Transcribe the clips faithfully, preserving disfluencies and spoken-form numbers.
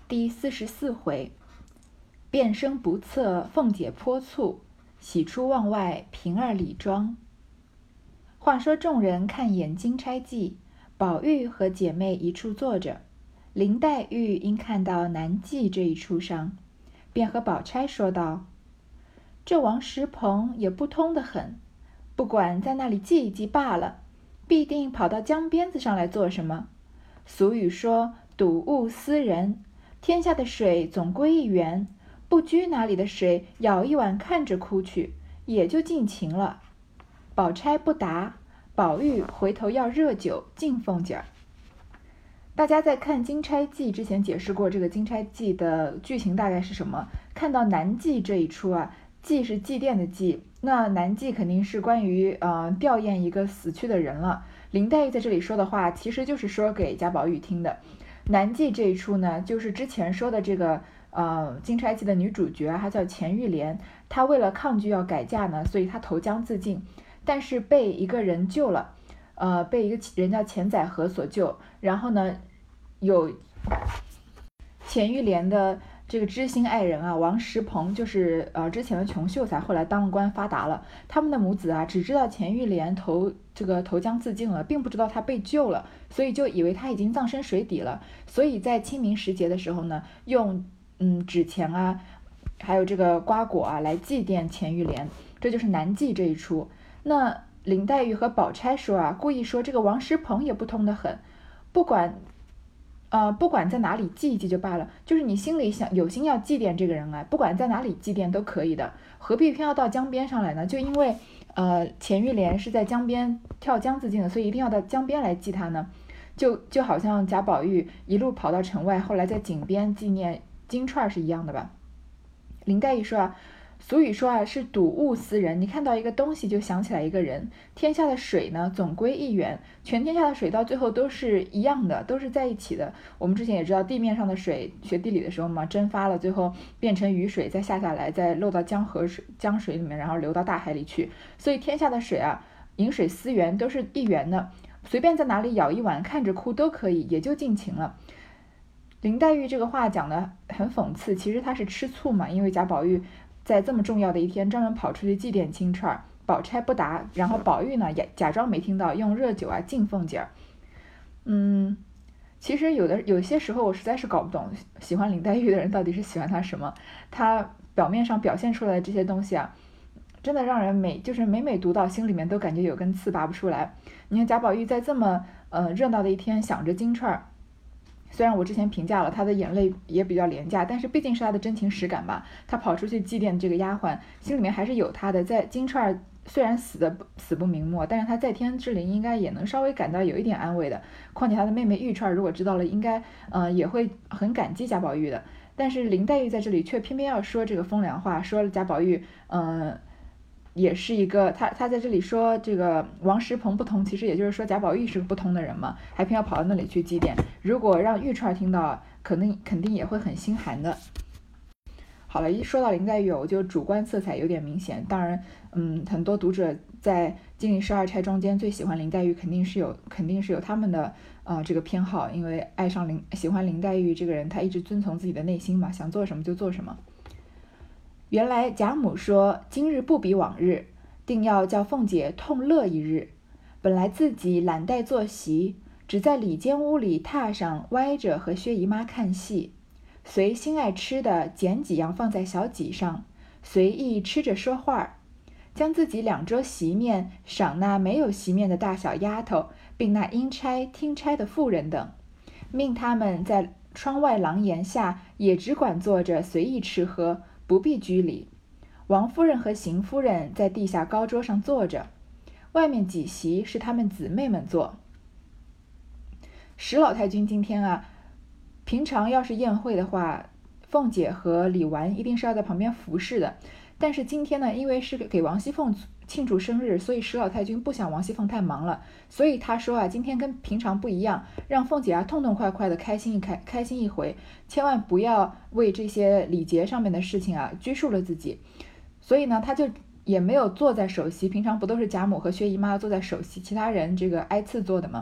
第四十四回，变声不测，凤姐颇蹙，喜出望外，平儿李庄。话说众人看演金钗记，宝玉和姐妹一处坐着，林黛玉因看到南记这一处上，便和宝钗说道：“这王石鹏也不通得很，不管在那里记一记罢了，必定跑到江边子上来做什么？俗语说睹物思人，天下的水总归一源，不拘哪里的水，舀一碗看着哭去，也就尽情了。”宝钗不答，宝玉回头要热酒敬凤姐儿。大家在看金钗记之前解释过，这个金钗记的剧情大概是什么？看到南记这一出啊，祭是祭奠的祭，那南记肯定是关于呃吊唁一个死去的人了。林黛玉在这里说的话，其实就是说给贾宝玉听的。南记这一出呢，就是之前说的这个呃金钗记的女主角，她叫钱玉莲，她为了抗拒要改嫁呢，所以她投江自尽，但是被一个人救了，呃，被一个人叫钱载和所救，然后呢，有钱玉莲的这个知心爱人啊，王石鹏，就是呃之前的穷秀才，后来当了官发达了。他们的母子啊，只知道钱玉莲投这个投江自尽了，并不知道他被救了，所以就以为他已经葬身水底了。所以在清明时节的时候呢，用嗯纸钱啊，还有这个瓜果啊来祭奠钱玉莲，这就是南记这一出。那林黛玉和宝钗说啊，故意说这个王石鹏也不通得很，不管。呃，不管在哪里祭一祭就罢了，就是你心里想有心要祭奠这个人啊，不管在哪里祭奠都可以的，何必偏要到江边上来呢？就因为呃钱玉莲是在江边跳江自尽的，所以一定要到江边来祭他呢，就就好像贾宝玉一路跑到城外，后来在井边纪念金钏是一样的吧。林黛玉说啊，俗语说啊，是睹物思人，你看到一个东西就想起来一个人。天下的水呢，总归一源，全天下的水到最后都是一样的，都是在一起的。我们之前也知道，地面上的水，学地理的时候嘛，蒸发了，最后变成雨水，再下下来，再漏到江河水、江水里面，然后流到大海里去。所以天下的水啊，饮水思源，都是一源的，随便在哪里舀一碗，看着哭都可以，也就尽情了。林黛玉这个话讲得很讽刺，其实她是吃醋嘛，因为贾宝玉在这么重要的一天专门跑出去祭奠金钏，宝钗不答，然后宝玉呢也假装没听到，用热酒啊敬凤姐儿。嗯，其实有的有些时候我实在是搞不懂，喜欢林黛玉的人到底是喜欢她什么？她表面上表现出来的这些东西啊，真的让人每就是每每读到心里面都感觉有根刺拔不出来。你看贾宝玉在这么呃热闹的一天想着金钏。虽然我之前评价了他的眼泪也比较廉价，但是毕竟是他的真情实感吧。他跑出去祭奠这个丫鬟，心里面还是有他的。在金钏虽然死的死不瞑目，但是他在天之灵应该也能稍微感到有一点安慰的。况且他的妹妹玉钏如果知道了，应该呃也会很感激贾宝玉的。但是林黛玉在这里却偏偏要说这个风凉话，说了贾宝玉嗯。呃也是一个，他他在这里说这个王石鹏不通，其实也就是说贾宝玉是个不通的人嘛，还偏要跑到那里去祭奠。如果让玉钏听到，可能肯定也会很心寒的。好了，一说到林黛玉，我就主观色彩有点明显。当然，嗯，很多读者在金陵十二钗中间最喜欢林黛玉，肯定是有肯定是有他们的呃这个偏好，因为爱上林喜欢林黛玉这个人，她一直遵从自己的内心嘛，想做什么就做什么。原来贾母说今日不比往日，定要叫凤姐痛乐一日。本来自己懒怠坐席，只在里间屋里榻上歪着和薛姨妈看戏，随心爱吃的捡几样放在小几上，随意吃着说话，将自己两桌席面赏那没有席面的大小丫头，并那应差听差的妇人等，命他们在窗外廊檐下也只管坐着随意吃喝，不必拘礼。王夫人和邢夫人在地下高桌上坐着，外面几席是她们姊妹们坐。史老太君今天啊，平常要是宴会的话，凤姐和李纨一定是要在旁边服侍的，但是今天呢，因为是给王熙凤庆祝生日，所以史老太君不想王熙凤太忙了，所以他说啊，今天跟平常不一样，让凤姐啊痛痛快快的开心一开开心一回，千万不要为这些礼节上面的事情啊拘束了自己。所以呢，他就也没有坐在首席，平常不都是贾母和薛姨妈坐在首席，其他人这个挨次坐的吗？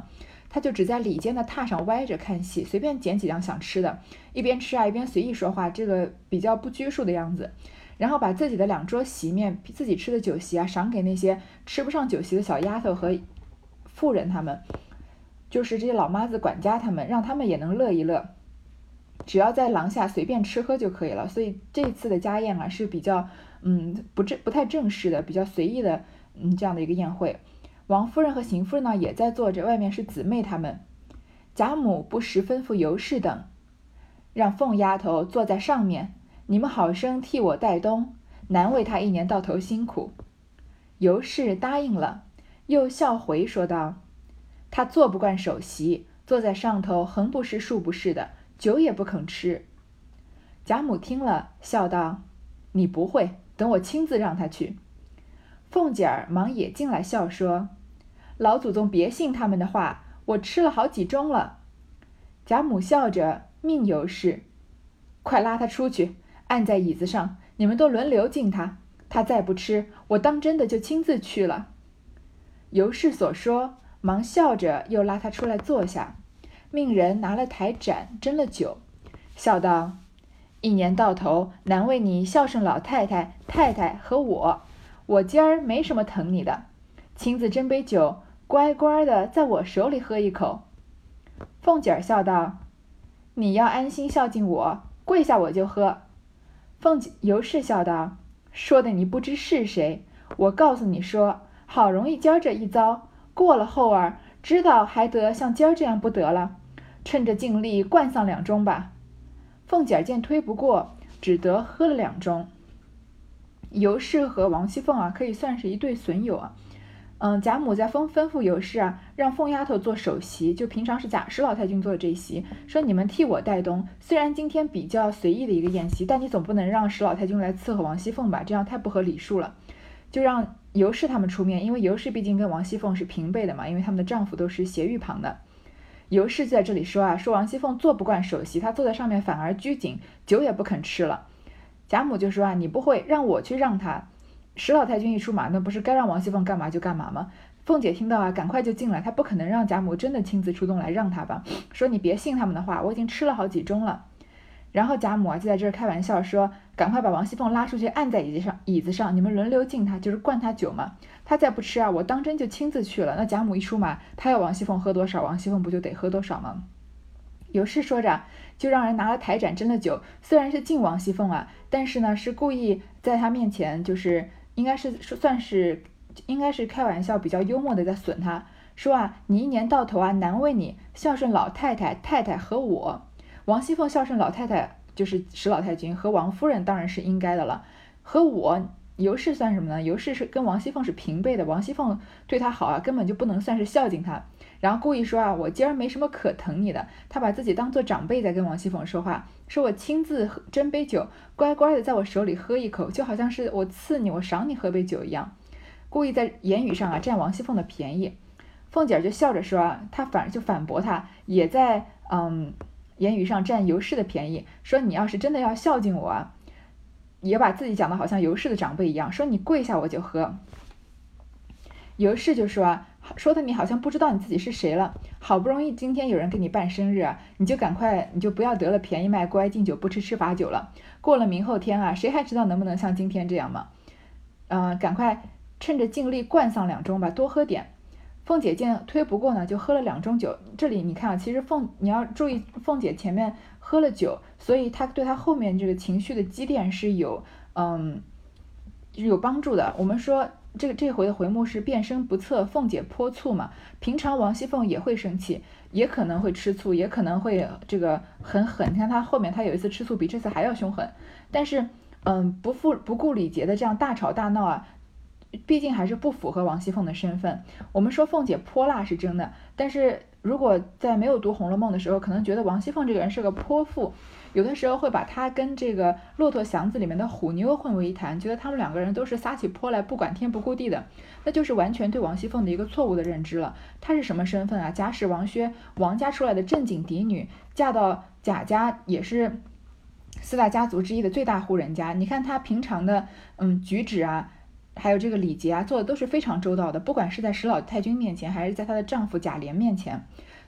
她就只在里间的榻上歪着看戏，随便捡几样想吃的，一边吃啊一边随意说话，这个比较不拘束的样子。然后把自己的两桌席面，自己吃的酒席啊，赏给那些吃不上酒席的小丫头和妇人，他们就是这些老妈子管家他们，让他们也能乐一乐，只要在廊下随便吃喝就可以了。所以这次的家宴啊是比较嗯不正不太正式的，比较随意的嗯这样的一个宴会。王夫人和邢夫人呢也在坐着，外面是姊妹她们。贾母不时吩咐尤氏等，让凤丫头坐在上面，你们好生替我带东，难为她一年到头辛苦。尤氏答应了，又笑回说道：她坐不惯首席，坐在上头横不是竖不是的，酒也不肯吃。贾母听了，笑道：你不会，等我亲自让她去。凤姐儿忙也进来笑说：老祖宗别信他们的话，我吃了好几盅了。贾母笑着命尤氏：快拉他出去，按在椅子上，你们都轮流敬他，他再不吃，我当真的就亲自去了。尤氏所说，忙笑着又拉他出来坐下，命人拿了台盏斟了酒，笑道：一年到头难为你孝顺老太太、太太和我，我今儿没什么疼你的，亲自斟杯酒，乖乖的在我手里喝一口。凤姐儿笑道：你要安心孝敬我，跪下我就喝。凤姐尤氏笑道：说的你不知是谁，我告诉你说，好容易今儿这一遭，过了后儿知道还得像今儿这样不得了，趁着尽力灌上两盅吧。凤姐儿见推不过，只得喝了两盅。尤氏和王熙凤啊，可以算是一对损友啊。嗯，贾母在吩吩咐尤氏啊，让凤丫头做首席，就平常是贾史老太君做的这一席，说你们替我带东。虽然今天比较随意的一个宴席，但你总不能让史老太君来伺候王熙凤吧，这样太不合礼数了。就让尤氏他们出面，因为尤氏毕竟跟王熙凤是平辈的嘛，因为他们的丈夫都是斜玉旁的。尤氏在这里说啊，说王熙凤坐不惯首席，她坐在上面反而拘谨，酒也不肯吃了。贾母就说啊，你不会，让我去让她。史老太君一出马，那不是该让王熙凤干嘛就干嘛吗？凤姐听到啊，赶快就进来，她不可能让贾母真的亲自出动来让她吧，说你别信他们的话，我已经吃了好几盅了。然后贾母啊就在这儿开玩笑说，赶快把王熙凤拉出去，按在椅子上，椅子上你们轮流敬她，就是灌她酒嘛。她再不吃啊，我当真就亲自去了。那贾母一出马，她要王熙凤喝多少，王熙凤不就得喝多少吗？尤氏说着，就让人拿了台盏斟了酒，虽然是敬王熙凤啊，但是呢是故意在她面前，就是应该是算是应该是开玩笑，比较幽默的在损她，说啊，你一年到头啊难为你孝顺老太太、太太和我。王熙凤孝顺老太太就是史老太君，和王夫人当然是应该的了，和我尤氏算什么呢？尤氏是跟王熙凤是平辈的，王熙凤对她好啊，根本就不能算是孝敬她。然后故意说啊，我今儿没什么可疼你的，他把自己当做长辈在跟王熙凤说话，说我亲自斟杯酒，乖乖的在我手里喝一口，就好像是我赐你，我赏你喝杯酒一样，故意在言语上啊占王熙凤的便宜。凤姐就笑着说啊，她反就反驳他，也在嗯言语上占尤氏的便宜，说你要是真的要孝敬我啊，也把自己讲的好像尤氏的长辈一样，说你跪下我就喝。尤氏就说啊，说的你好像不知道你自己是谁了，好不容易今天有人给你办生日啊，你就赶快你就不要得了便宜卖乖，敬酒不吃吃罚酒了，过了明后天啊，谁还知道能不能像今天这样嘛？呃，赶快趁着尽力灌上两盅吧，多喝点。凤姐见推不过呢，就喝了两盅酒。这里你看啊，其实凤你要注意，凤姐前面喝了酒，所以她对她后面这个情绪的积淀是有嗯是有帮助的。我们说这个这回的回目是变声不测，凤姐泼醋嘛。平常王熙凤也会生气，也可能会吃醋，也可能会这个很狠。你看她后面她有一次吃醋比这次还要凶狠，但是嗯不负不顾礼节的这样大吵大闹啊，毕竟还是不符合王熙凤的身份。我们说凤姐泼辣是真的，但是如果在没有读《红楼梦》的时候，可能觉得王熙凤这个人是个泼妇，有的时候会把她跟这个《骆驼祥子》里面的虎妞混为一谈，觉得他们两个人都是撒起泼来不管天不顾地的，那就是完全对王熙凤的一个错误的认知了。她是什么身份啊？贾史王薛王家出来的正经嫡女，嫁到贾家也是四大家族之一的最大户人家。你看她平常的嗯举止啊，还有这个礼节啊，做的都是非常周到的，不管是在史老太君面前，还是在她的丈夫贾琏面前。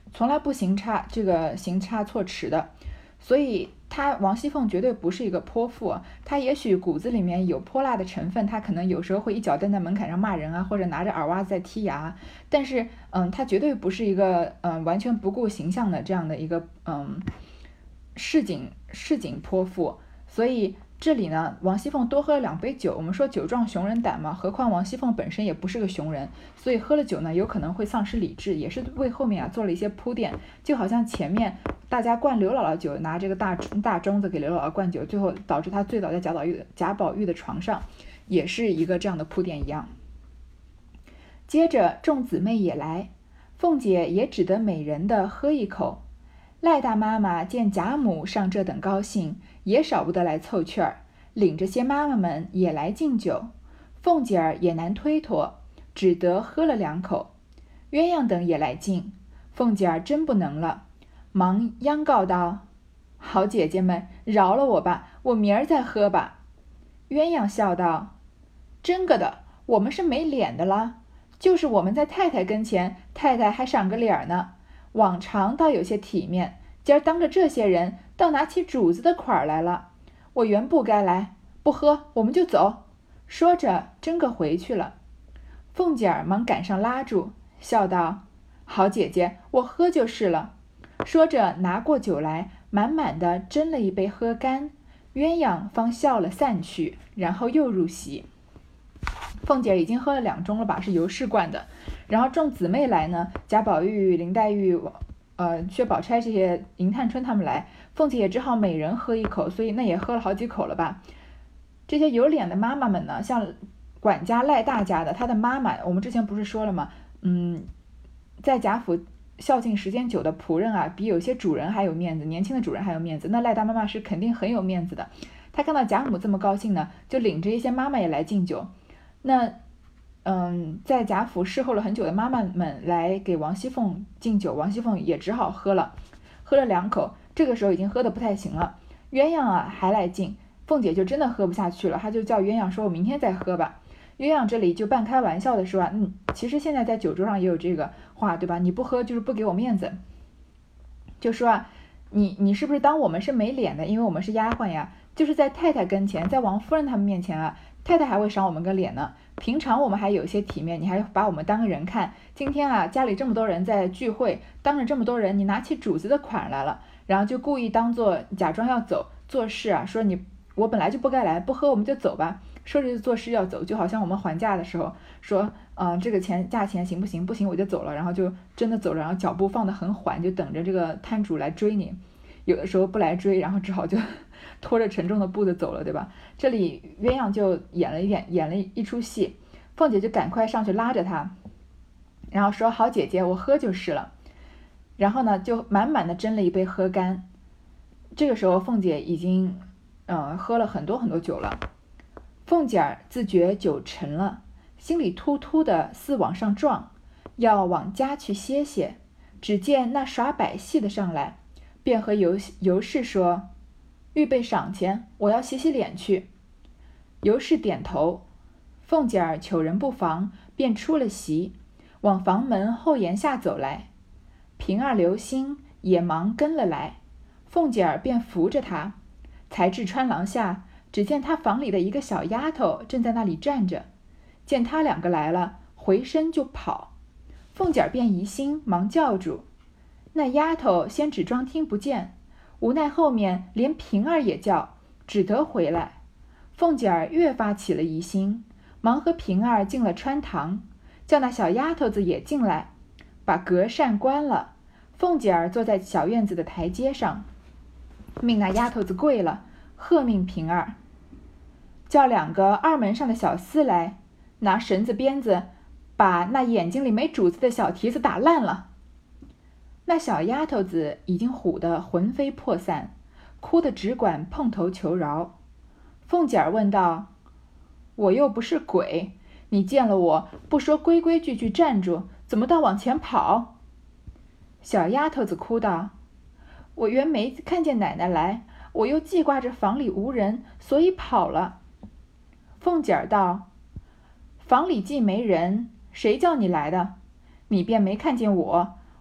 从来不行差这个行差错迟的，所以他王熙凤绝对不是一个泼妇，他也许骨子里面有泼辣的成分，他可能有时候会一脚蹬在门槛上骂人啊，或者拿着耳挖子在剔牙，但是嗯，他绝对不是一个嗯完全不顾形象的这样的一个嗯市井市井泼妇，所以这里呢，王熙凤多喝了两杯酒，我们说酒壮熊人胆嘛，何况王熙凤本身也不是个熊人，所以喝了酒呢，有可能会丧失理智，也是为后面啊做了一些铺垫，就好像前面大家灌刘姥姥酒，拿这个大大盅子给刘姥姥灌酒，最后导致她醉倒在贾宝玉贾宝玉的床上，也是一个这样的铺垫一样。接着众姊妹也来，凤姐也只得美人的喝一口。赖大妈妈见贾母上这等高兴，也少不得来凑趣儿，领着些妈妈们也来敬酒。凤姐儿也难推脱，只得喝了两口。鸳鸯等也来敬，凤姐儿真不能了，忙央告道：“好姐姐们，饶了我吧，我明儿再喝吧。”鸳鸯笑道：“真个的，我们是没脸的啦，就是我们在太太跟前，太太还赏个脸呢。往常倒有些体面，今儿当着这些人，倒拿起主子的款儿来了。我原不该来，不喝我们就走。”说着真个回去了。凤姐儿忙赶上拉住，笑道：“好姐姐，我喝就是了。”说着拿过酒来，满满的斟了一杯喝干。鸳鸯方笑了散去，然后又入席。凤姐已经喝了两盅了吧，是尤氏灌的。然后众姊妹来呢，贾宝玉、林黛玉、呃薛宝钗这些，迎探春他们来，凤姐也只好每人喝一口，所以那也喝了好几口了吧。这些有脸的妈妈们呢，像管家赖大家的，她的妈妈，我们之前不是说了吗？嗯，在贾府孝敬时间久的仆人啊，比有些主人还有面子，年轻的主人还有面子。那赖大妈妈是肯定很有面子的，她看到贾母这么高兴呢，就领着一些妈妈也来敬酒。那嗯，在贾府侍候了很久的妈妈们来给王熙凤敬酒，王熙凤也只好喝了，喝了两口，这个时候已经喝得不太行了。鸳鸯啊还来敬，凤姐就真的喝不下去了，她就叫鸳鸯说：“我明天再喝吧。”鸳鸯这里就半开玩笑的说啊，嗯，其实现在在酒桌上也有这个话，对吧？你不喝就是不给我面子，就说啊，你你是不是当我们是没脸的？因为我们是丫鬟呀，就是在太太跟前，在王夫人他们面前啊，太太还会赏我们个脸呢。平常我们还有些体面，你还把我们当个人看。今天啊，家里这么多人在聚会，当着这么多人，你拿起主子的款来了，然后就故意当做假装要走做事啊，说你我本来就不该来，不喝我们就走吧。说着就做事要走，就好像我们还价的时候说，嗯、呃，这个钱价钱行不行？不行我就走了，然后就真的走了，然后脚步放得很缓，就等着这个摊主来追你。有的时候不来追，然后只好就拖着沉重的步子走了，对吧？这里鸳鸯就演了一点，演了一出戏，凤姐就赶快上去拉着她，然后说：“好姐姐，我喝就是了。”然后呢，就满满的斟了一杯喝干。这个时候，凤姐已经嗯喝了很多很多酒了。凤姐儿自觉酒沉了，心里突突的似往上撞，要往家去歇歇。只见那耍百戏的上来，便和尤尤氏说：“预备赏钱，我要洗洗脸去。”尤氏点头，凤姐儿求人不防，便出了席，往房门后檐下走来。平儿、刘星也忙跟了来，凤姐儿便扶着她，才至穿廊下，只见她房里的一个小丫头正在那里站着，见他两个来了，回身就跑。凤姐儿便疑心，忙叫住。那丫头先只装听不见，无奈后面连平儿也叫，只得回来。凤姐儿越发起了疑心，忙和平儿进了穿堂，叫那小丫头子也进来，把隔扇关了。凤姐儿坐在小院子的台阶上，命那丫头子跪了，喝命平儿叫两个二门上的小厮来，拿绳子鞭子把那眼睛里没主子的小蹄子打烂了。那小丫头子已经唬得魂飞魄散，哭得只管碰头求饶。凤姐儿问道：“我又不是鬼，你见了我不说规规矩矩站住，怎么倒往前跑？”小丫头子哭道：“我原没看见奶奶来，我又记挂着房里无人，所以跑了。”凤姐儿道：“房里既没人，谁叫你来的？你便没看见我，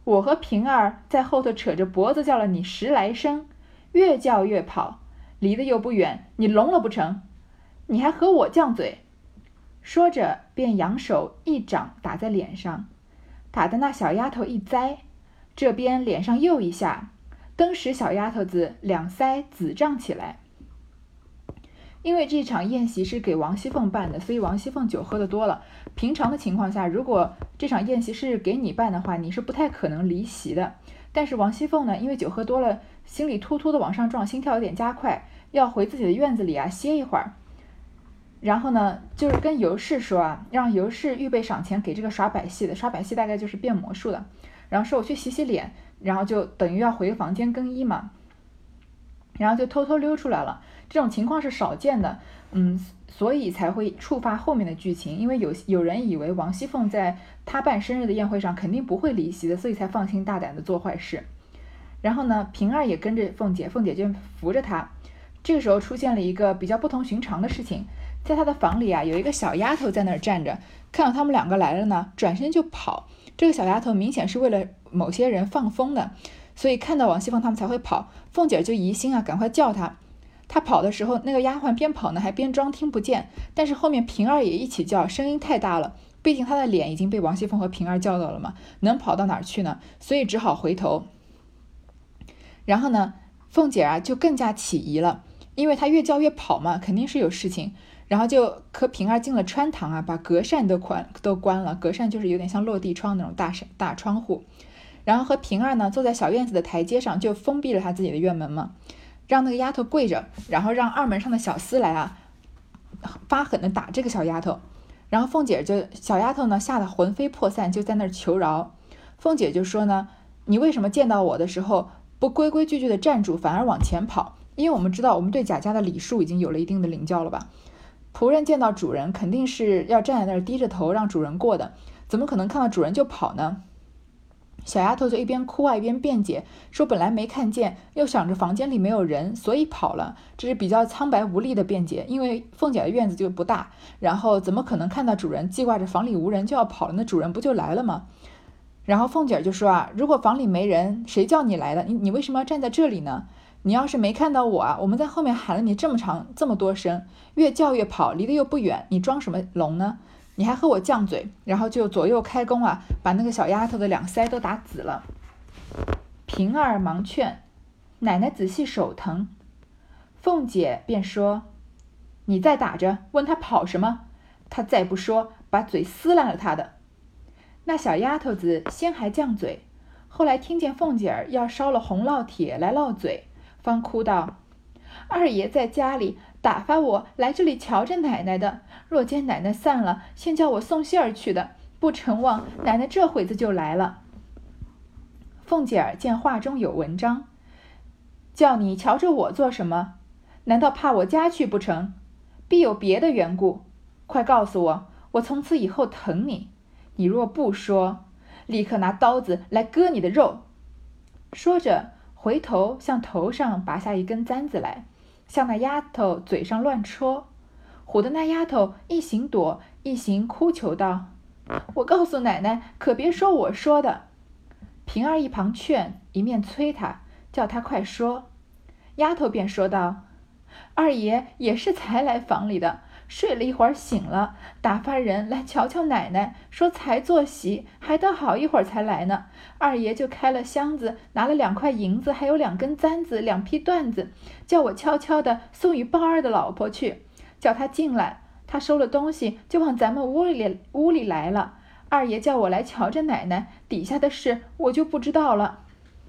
我和平儿在后头扯着脖子叫了你十来声，越叫越跑，离得又不远，你聋了不成？你还和我犟嘴。说着便扬手一掌打在脸上，打得那小丫头一栽，这边脸上又一下，登时小丫头子两腮紫胀起来。因为这场宴席是给王熙凤办的，所以王熙凤酒喝得多了。平常的情况下，如果这场宴席是给你办的话，你是不太可能离席的。但是王熙凤呢，因为酒喝多了，心里突突的往上撞，心跳有点加快，要回自己的院子里啊歇一会儿。然后呢，就是跟尤氏说啊，让尤氏预备赏钱给这个耍百戏的，耍百戏大概就是变魔术的。然后说我去洗洗脸，然后就等于要回房间更衣嘛，然后就偷偷溜出来了。这种情况是少见的，嗯，所以才会触发后面的剧情。因为有有人以为王熙凤在她办生日的宴会上肯定不会离席的，所以才放心大胆的做坏事。然后呢，平儿也跟着凤姐，凤姐就扶着她。这个时候出现了一个比较不同寻常的事情，在她的房里啊，有一个小丫头在那儿站着，看到他们两个来了呢，转身就跑。这个小丫头明显是为了某些人放风的，所以看到王熙凤他们才会跑。凤姐就疑心啊，赶快叫她。她跑的时候，那个丫鬟边跑呢，还边装听不见。但是后面平儿也一起叫，声音太大了，毕竟她的脸已经被王熙凤和平儿叫到了嘛，能跑到哪儿去呢？所以只好回头。然后呢，凤姐啊就更加起疑了，因为她越叫越跑嘛，肯定是有事情。然后就和平儿进了穿堂啊，把隔扇都关都关了，隔扇就是有点像落地窗那种大扇大窗户。然后和平儿呢坐在小院子的台阶上，就封闭了她自己的院门嘛，让那个丫头跪着，然后让二门上的小厮来啊，发狠的打这个小丫头。然后凤姐就小丫头呢吓得魂飞魄散，就在那儿求饶。凤姐就说呢，你为什么见到我的时候不规规矩矩的站住，反而往前跑？因为我们知道我们对贾家的礼数已经有了一定的领教了吧。仆人见到主人肯定是要站在那儿低着头让主人过的，怎么可能看到主人就跑呢？小丫头就一边哭啊一边辩解，说本来没看见，又想着房间里没有人，所以跑了。这是比较苍白无力的辩解，因为凤姐的院子就不大，然后怎么可能看到主人记挂着房里无人就要跑了？那主人不就来了吗？然后凤姐就说啊，如果房里没人，谁叫你来的？你你为什么要站在这里呢？你要是没看到我啊，我们在后面喊了你这么长这么多声，越叫越跑，离得又不远，你装什么聋呢？你还和我犟嘴，然后就左右开弓啊，把那个小丫头的两腮都打紫了。平儿忙劝奶奶仔细手疼，凤姐便说，你再打着，问她跑什么？她再不说，把嘴撕烂了她的。那小丫头子先还犟嘴，后来听见凤姐儿要烧了红烙铁来烙嘴，方哭道，二爷在家里打发我来这里瞧着奶奶的，若见奶奶散了，先叫我送信儿去的，不成望奶奶这会子就来了。凤姐儿见话中有文章，叫你瞧着我做什么？难道怕我家去不成？必有别的缘故，快告诉我，我从此以后疼你。你若不说，立刻拿刀子来割你的肉。说着回头向头上拔下一根簪子来，向那丫头嘴上乱戳，唬得那丫头一行躲，一行哭求道，我告诉奶奶，可别说我说的。平儿一旁劝，一面催她，叫她快说。丫头便说道，二爷也是才来房里的，睡了一会儿醒了，打发人来瞧瞧奶奶，说才坐席，还得好一会儿才来呢。二爷就开了箱子，拿了两块银子，还有两根簪子，两匹缎子，叫我悄悄地送与鲍二的老婆去，叫他进来。他收了东西就往咱们屋里屋里来了。二爷叫我来瞧着奶奶，底下的事我就不知道了。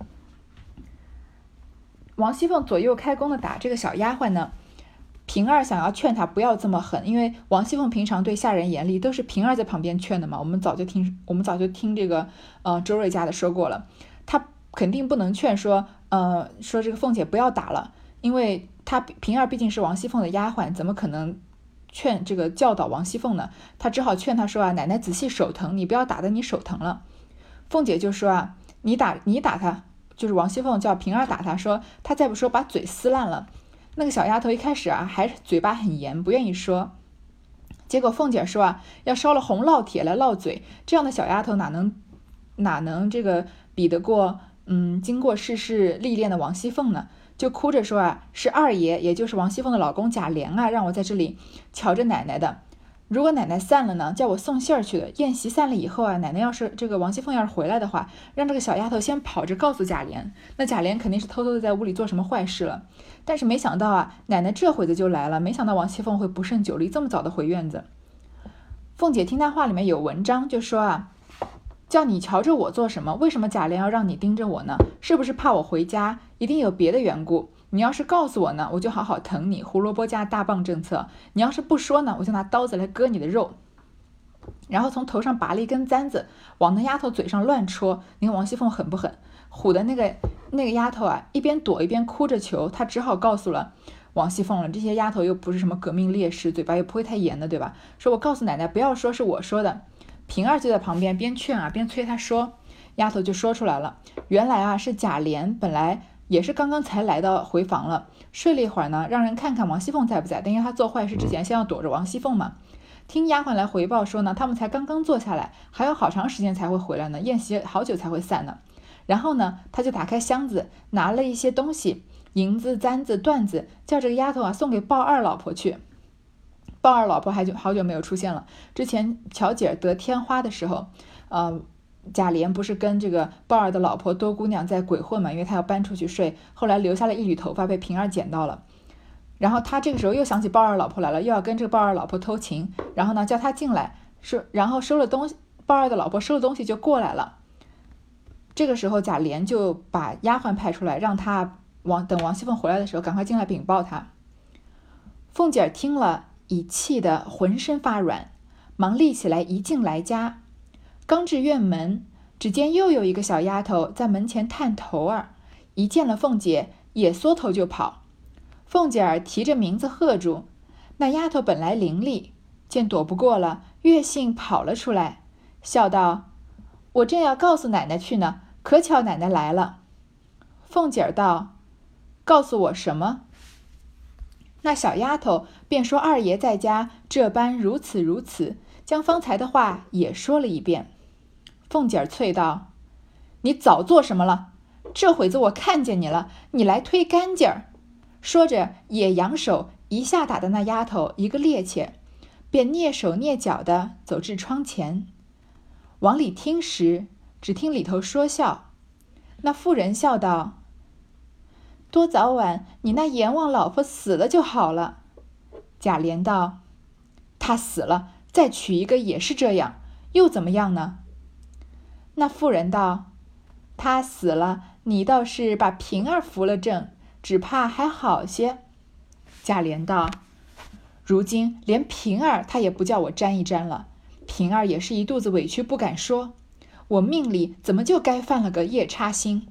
王熙凤左右开弓的打这个小丫鬟呢，平儿想要劝她不要这么狠，因为王熙凤平常对下人严厉，都是平儿在旁边劝的嘛。我们早就听，我们早就听这个呃周瑞家的说过了，她肯定不能劝说呃说这个凤姐不要打了，因为她平儿毕竟是王熙凤的丫鬟，怎么可能劝这个教导王熙凤呢？她只好劝她说啊，奶奶仔细手疼，你不要打得你手疼了。凤姐就说啊，你打你打她，就是王熙凤叫平儿打她，说她再不说把嘴撕烂了。那个小丫头一开始啊还是嘴巴很严，不愿意说，结果凤姐说啊，要烧了红烙铁来烙嘴，这样的小丫头哪能哪能这个比得过嗯经过世事历练的王熙凤呢？就哭着说啊，是二爷，也就是王熙凤的老公贾琏啊，让我在这里瞧着奶奶的。如果奶奶散了呢，叫我送信儿去的。宴席散了以后啊，奶奶要是这个王熙凤要是回来的话，让这个小丫头先跑着告诉贾琏，那贾琏肯定是偷偷的在屋里做什么坏事了。但是没想到啊，奶奶这会子就来了，没想到王熙凤会不胜酒力，这么早的回院子。凤姐听她话里面有文章，就说啊，叫你瞧着我做什么？为什么贾琏要让你盯着我呢？是不是怕我回家？一定有别的缘故。你要是告诉我呢，我就好好疼你，胡萝卜加大棒政策。你要是不说呢，我就拿刀子来割你的肉。然后从头上拔了一根簪子，往那丫头嘴上乱戳。你看王熙凤狠不狠？唬的那个那个丫头啊，一边躲一边哭着求，她只好告诉了王熙凤了。这些丫头又不是什么革命烈士，嘴巴也不会太严的，对吧？说我告诉奶奶，不要说是我说的。平儿就在旁边边劝啊边催她说，丫头就说出来了，原来啊是贾琏本来也是刚刚才来到回房了，睡了一会儿呢，让人看看王熙凤在不在，但因为他做坏事之前先要躲着王熙凤嘛。听丫鬟来回报说呢，他们才刚刚坐下来，还有好长时间才会回来呢，宴席好久才会散呢。然后呢，他就打开箱子，拿了一些东西，银子、簪子、缎子，叫这个丫头啊送给鲍二老婆去。鲍二老婆还就好久没有出现了。之前巧姐得天花的时候，呃，贾琏不是跟这个鲍二的老婆多姑娘在鬼混嘛，因为他要搬出去睡，后来留下了一缕头发被平儿捡到了。然后他这个时候又想起鲍二老婆来了，又要跟这个鲍二老婆偷情，然后呢叫他进来，说然后收了东西，鲍二的老婆收了东西就过来了。这个时候贾琏就把丫鬟派出来，让他王等王熙凤回来的时候赶快进来禀报他。凤姐听了，已气得浑身发软，忙立起来一进来家，刚至院门，只见又有一个小丫头在门前探头儿，一见了凤姐也缩头就跑。凤姐儿提着名字喝住，那丫头本来伶俐，见躲不过了，越性跑了出来，笑道：我正要告诉奶奶去呢，可巧奶奶来了。凤姐儿道：告诉我什么？那小丫头便说二爷在家这般如此如此，将方才的话也说了一遍。凤姐儿啐道：你早做什么了？这会子我看见你了，你来推干净儿。说着也扬手一下打的那丫头一个趔趄，便蹑手蹑脚的走至窗前，往里听时，只听里头说笑。那妇人笑道：多早晚你那阎王老婆死了就好了。贾琏道：她死了，再娶一个也是这样，又怎么样呢？那妇人道：她死了，你倒是把平儿扶了正，只怕还好些。贾琏道：如今连平儿他也不叫我沾一沾了，平儿也是一肚子委屈不敢说，我命里怎么就该犯了个夜叉星？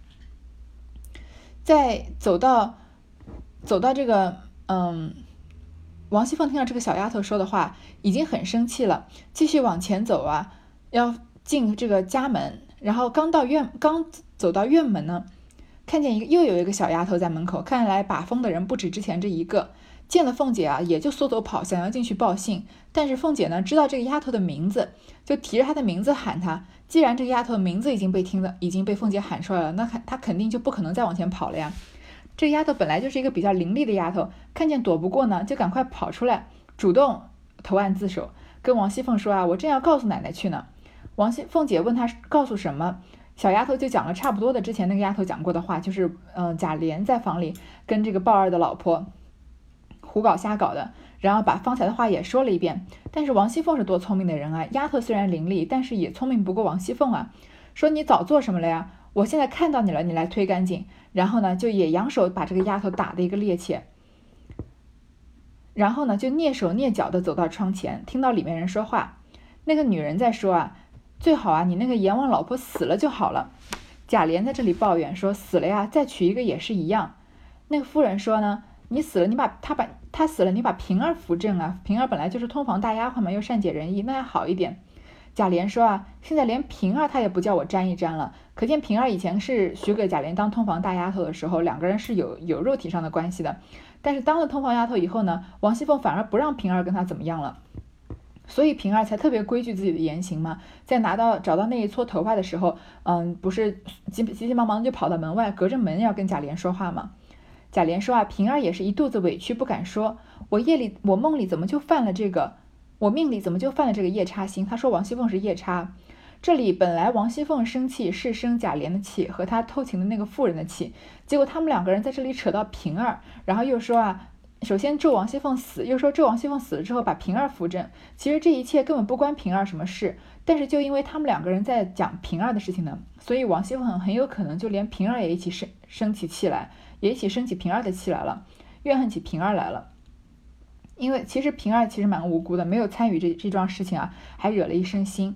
在走到走到这个嗯，王熙凤听到这个小丫头说的话，已经很生气了，继续往前走啊，要进这个家门，然后刚到院，刚走到院门呢，看见一个又有一个小丫头在门口，看来把风的人不止之前这一个。见了凤姐啊，也就缩头跑，想要进去报信。但是凤姐呢，知道这个丫头的名字，就提着她的名字喊她。既然这个丫头的名字已经被听的，已经被凤姐喊出来了，那她肯定就不可能再往前跑了呀。这个丫头本来就是一个比较伶俐的丫头，看见躲不过呢，就赶快跑出来，主动投案自首，跟王熙凤说啊，我正要告诉奶奶去呢。王熙凤姐问她告诉什么，小丫头就讲了差不多的之前那个丫头讲过的话，就是嗯、呃，贾琏在房里跟这个鲍二的老婆胡搞瞎搞的，然后把方才的话也说了一遍。但是王熙凤是多聪明的人啊，丫头虽然伶俐，但是也聪明不过王熙凤啊。说你早做什么了呀？我现在看到你了，你来推干净。然后呢，就也扬手把这个丫头打的一个趔趄，然后呢，就蹑手蹑脚的走到窗前，听到里面人说话。那个女人在说啊，最好啊，你那个阎王老婆死了就好了。贾琏在这里抱怨说，死了呀，再娶一个也是一样。那个夫人说呢，你死了，你把他把他死了，你把平儿扶正啊。平儿本来就是通房大丫鬟嘛，又善解人意，那还好一点。贾琏说啊，现在连平儿他也不叫我沾一沾了，可见平儿以前是许给贾琏当通房大丫头的时候，两个人是有有肉体上的关系的。但是当了通房丫头以后呢，王熙凤反而不让平儿跟他怎么样了。 所以平儿才特别规矩自己的言行嘛。在拿到找到那一撮头发的时候，嗯，不是急急急忙忙就跑到门外，隔着门要跟贾琏说话嘛。贾琏说啊，平儿也是一肚子委屈不敢说，我夜里我梦里怎么就犯了这个，我命里怎么就犯了这个夜叉星？他说王熙凤是夜叉。这里本来王熙凤生气是生贾琏的气和他偷情的那个妇人的气，结果他们两个人在这里扯到平儿，然后又说啊，首先咒王熙凤死，又说咒王熙凤死了之后把平儿扶正。其实这一切根本不关平儿什么事，但是就因为他们两个人在讲平儿的事情呢，所以王熙凤很有可能就连平儿也一起生生起气来，也一起生起平儿的气来了，怨恨起平儿来了。因为其实平儿其实蛮无辜的，没有参与这这桩事情啊，还惹了一身腥。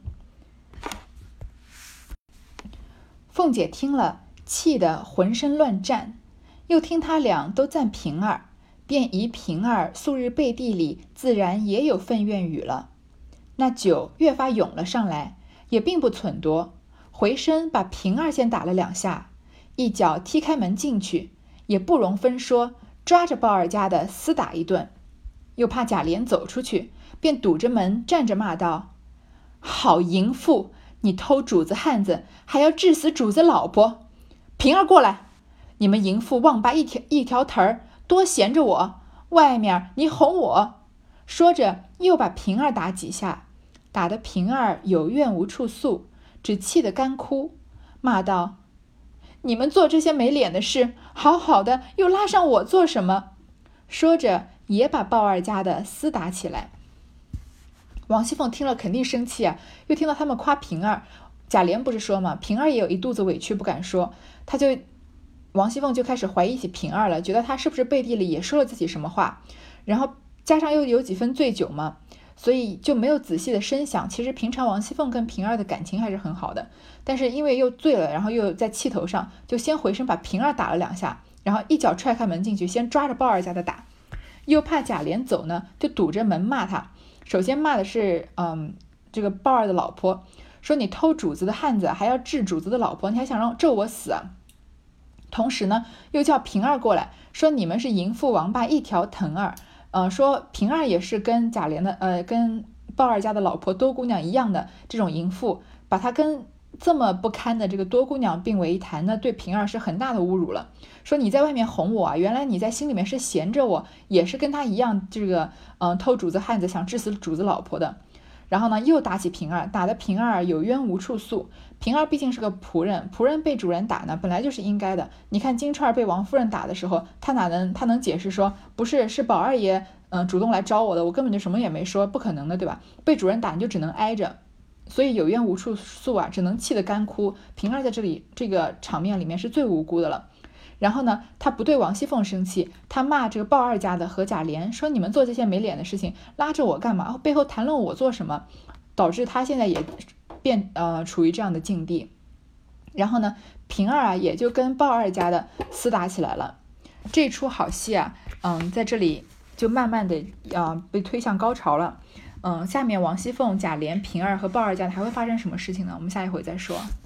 凤姐听了，气得浑身乱颤，又听他俩都赞平儿，便疑平儿素日背地里自然也有份怨语了。那酒越发涌了上来，也并不忖多，回身把平儿先打了两下，一脚踢开门进去，也不容分说，抓着鲍二家的厮打一顿。又怕贾琏走出去，便堵着门站着骂道：好淫妇，你偷主子汉子，还要治死主子老婆！平儿过来，你们淫妇忘扒一条一条藤儿，多闲着我，外面你哄我。说着又把平儿打几下，打得平儿有怨无处诉，只气得干哭，骂道：你们做这些没脸的事，好好的又拉上我做什么？说着也把鲍二家的厮打起来。王熙凤听了肯定生气啊，又听到他们夸平儿，贾琏不是说嘛，平儿也有一肚子委屈不敢说，他就王熙凤就开始怀疑起平儿了，觉得他是不是背地里也说了自己什么话，然后加上又有几分醉酒嘛，所以就没有仔细的深想，其实平常王熙凤跟平儿的感情还是很好的，但是因为又醉了，然后又在气头上，就先回身把平儿打了两下，然后一脚踹开门进去，先抓着鲍二家的打，又怕贾琏走呢，就堵着门骂他。首先骂的是嗯，这个鲍二的老婆，说你偷主子的汉子，还要治主子的老婆，你还想让咒我死啊？同时呢，又叫平儿过来，说你们是淫妇王八一条藤儿，呃，说平儿也是跟贾琏的呃，跟鲍二家的老婆多姑娘一样的这种淫妇，把她跟这么不堪的这个多姑娘并为一谈呢，对平儿是很大的侮辱了。说你在外面哄我啊，原来你在心里面是闲着我，也是跟他一样这个嗯、呃、偷主子汉子，想治死主子老婆的。然后呢，又打起平儿，打的平儿有冤无处诉。平儿毕竟是个仆人，仆人被主人打呢，本来就是应该的。你看金钏被王夫人打的时候，他哪能他能解释说不是是宝二爷嗯、呃、主动来招我的，我根本就什么也没说，不可能的，对吧？被主人打你就只能挨着。所以有冤无处诉啊，只能气得干哭。平儿在这里这个场面里面是最无辜的了。然后呢，他不对王熙凤生气，他骂这个鲍二家的和贾琏，说你们做这些没脸的事情，拉着我干嘛？背后谈论我做什么？导致他现在也变呃处于这样的境地。然后呢，平儿啊也就跟鲍二家的厮打起来了。这出好戏啊，嗯，在这里就慢慢的啊、呃、被推向高潮了。嗯，下面王熙凤、贾琏、平儿和鲍二家的还会发生什么事情呢？我们下一回再说。